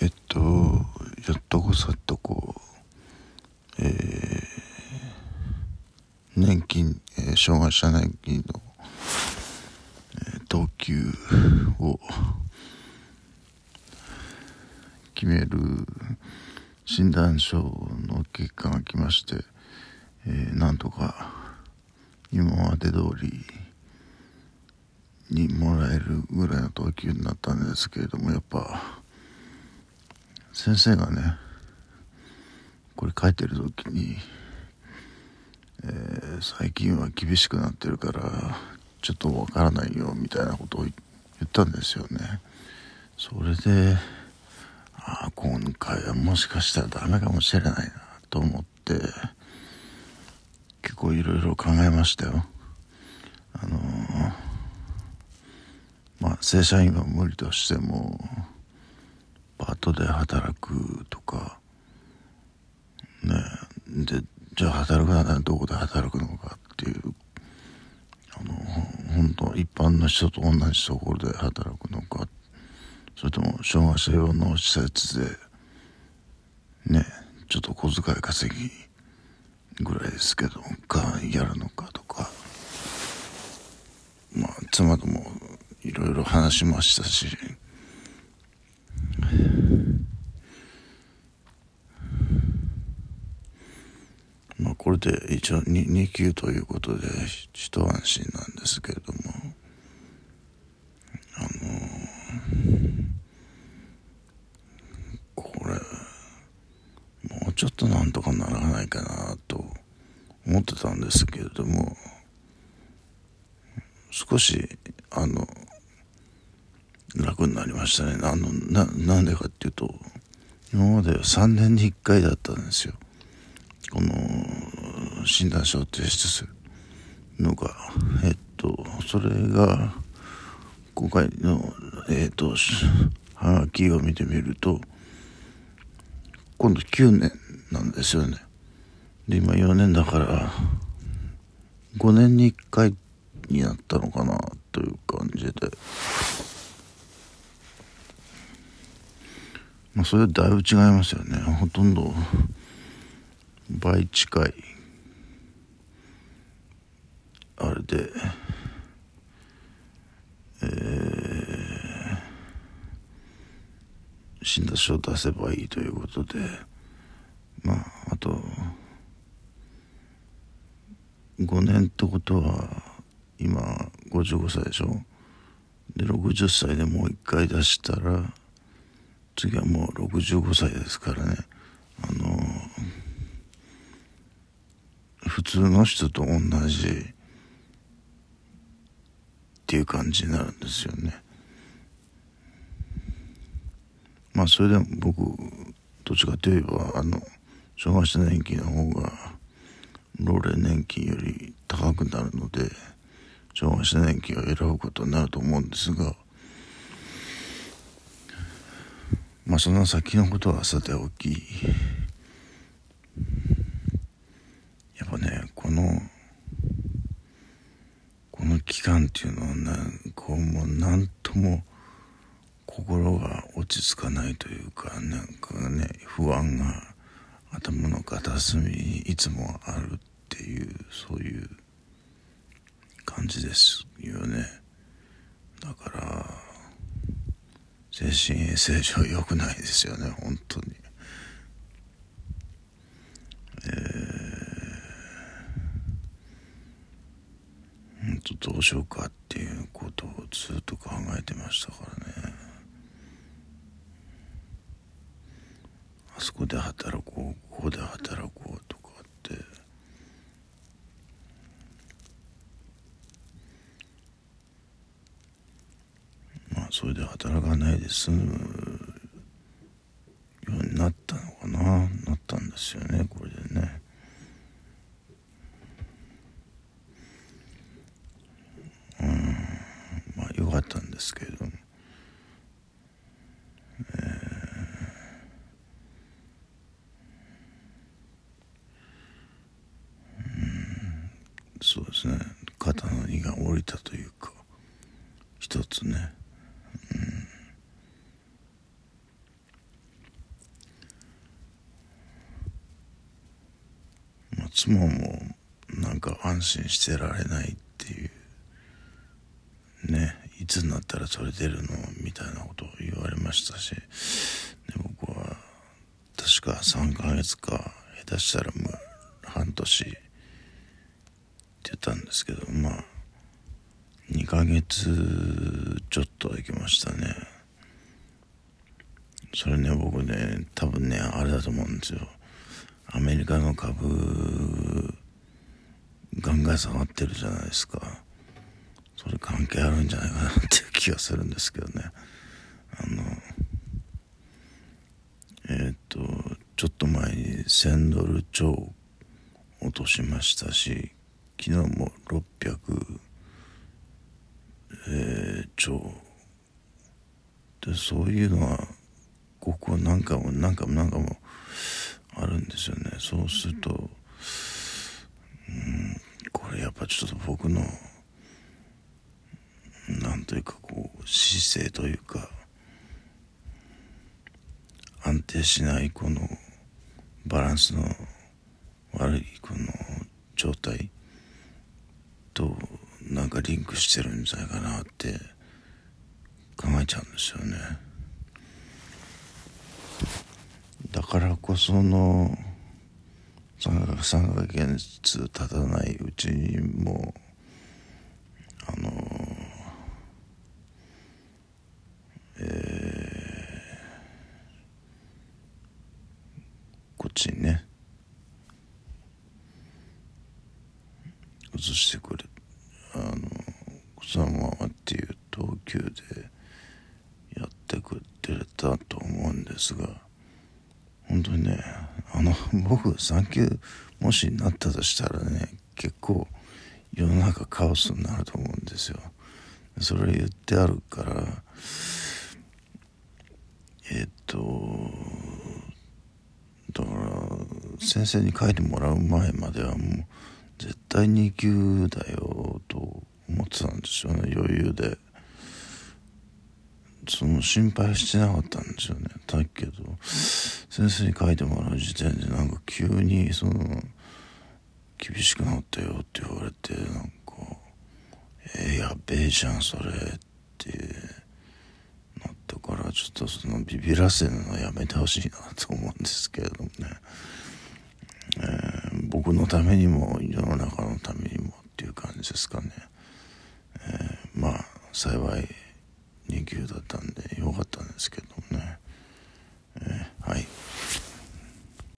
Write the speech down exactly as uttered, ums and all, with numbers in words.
えっとやっとこさっとこう、えー、年金、えー、障害者年金の、えー、等級を決める診断書の結果が来まして、えー、なんとか今まで通りにもらえるぐらいの等級になったんですけれども、やっぱ先生がねこれ書いてる時に、えー、最近は厳しくなってるからちょっとわからないよみたいなことを言ったんですよね。それであ今回はもしかしたらダメかもしれないなと思って結構いろいろ考えましたよ。あのー、まあ正社員は無理としてもパートで働くとかね、でじゃあ働くならどこで働くのかっていう、あの本当一般の人と同じところで働くのか、それとも障害者用の施設でねちょっと小遣い稼ぎぐらいですけどかやるのかとか、まあ妻ともいろいろ話しましたし、まあこれで一応 2, 2級ということで一安心なんですけれども、あのー、これもうちょっとなんとかならないかなと思ってたんですけれども、少しあの楽になりましたね。あの な, なんでかっていうと今まではさんねんにいっかいだったんですよ、この診断書を提出するのが。えっとそれが今回のえっとはがきを見てみると今度きゅうねんなんですよね。で今よねんだからごねんにいっかいになったのかなという感じで、まあそれはだいぶ違いますよね。ほとんど倍近いあれで、えー、診断書を出せばいいということで、まああとごねんってことは今ごじゅうごさいでしょ。でろくじゅっさいでもういっかい出したら次はもうろくじゅうごさいですからね。あのー、普通の人と同じっていう感じになるんですよね。まあそれでも僕どっちかといえばあの障害者年金の方が老齢年金より高くなるので障害者年金を選ぶことになると思うんですが、まあその先のことはさておき、やっぱねこのこの期間っていうのはなんこうもうなんとも心が落ち着かないというか、なんかね不安が頭の片隅にいつもあるっていう、そういう感じですよね。だから精神衛生上良くないですよね本当に。えー、本当どうしようかっていうことをずっと考えてましたからね。あそこで働こうここで働こうとかってまあそれで働かないで済むようになったのかななったんですよねこれでね。うんまあ良かったんですけれども、えー、そうですね肩の荷が下りたというか一つね、 妻もなんか安心してられないっていうね、いつになったらそれ出るのみたいなことを言われましたし、で僕は確かさんかげつか下手したらもう半年って言ったんですけど、まあにかげつちょっとできましたね。それね、僕ね、多分ねあれだと思うんですよ。アメリカの株ガンガン下がってるじゃないですか。それ関係あるんじゃないかなっていう気がするんですけどね。あのえっ、ー、とちょっと前にせんドル超落としましたし、昨日もろっぴゃく、えー、超で、そういうのはここ何回も何回も何回もあるんですよね。そうすると、うん、これやっぱちょっと僕のなんというかこう姿勢というか、安定しないこのバランスの悪いこの状態となんかリンクしてるんじゃないかなって考えちゃうんですよね。だからこそのさんかげつ経たないうちにもあのえー、こっちにね移してくれ、あのそのままっていう等級でやってくれたと思うんですが、本当にね、あの僕産休もしなったとしたらね、結構世の中カオスになると思うんですよ。それ言ってあるから、えっとだから先生に書いてもらう前まではもう絶対に級だよと思ってたんですよね、余裕で。その心配してなかったんですよね。だけど先生に書いてもらう時点でなんか急にその厳しくなったよって言われて、なんかえー、やべえじゃんそれってなったから、ちょっとそのビビらせるのはやめてほしいなと思うんですけれどもね、えー、僕のためにも世の中のためにもっていう感じですかね。えー、まあ幸いに級だったんでよかったんですけど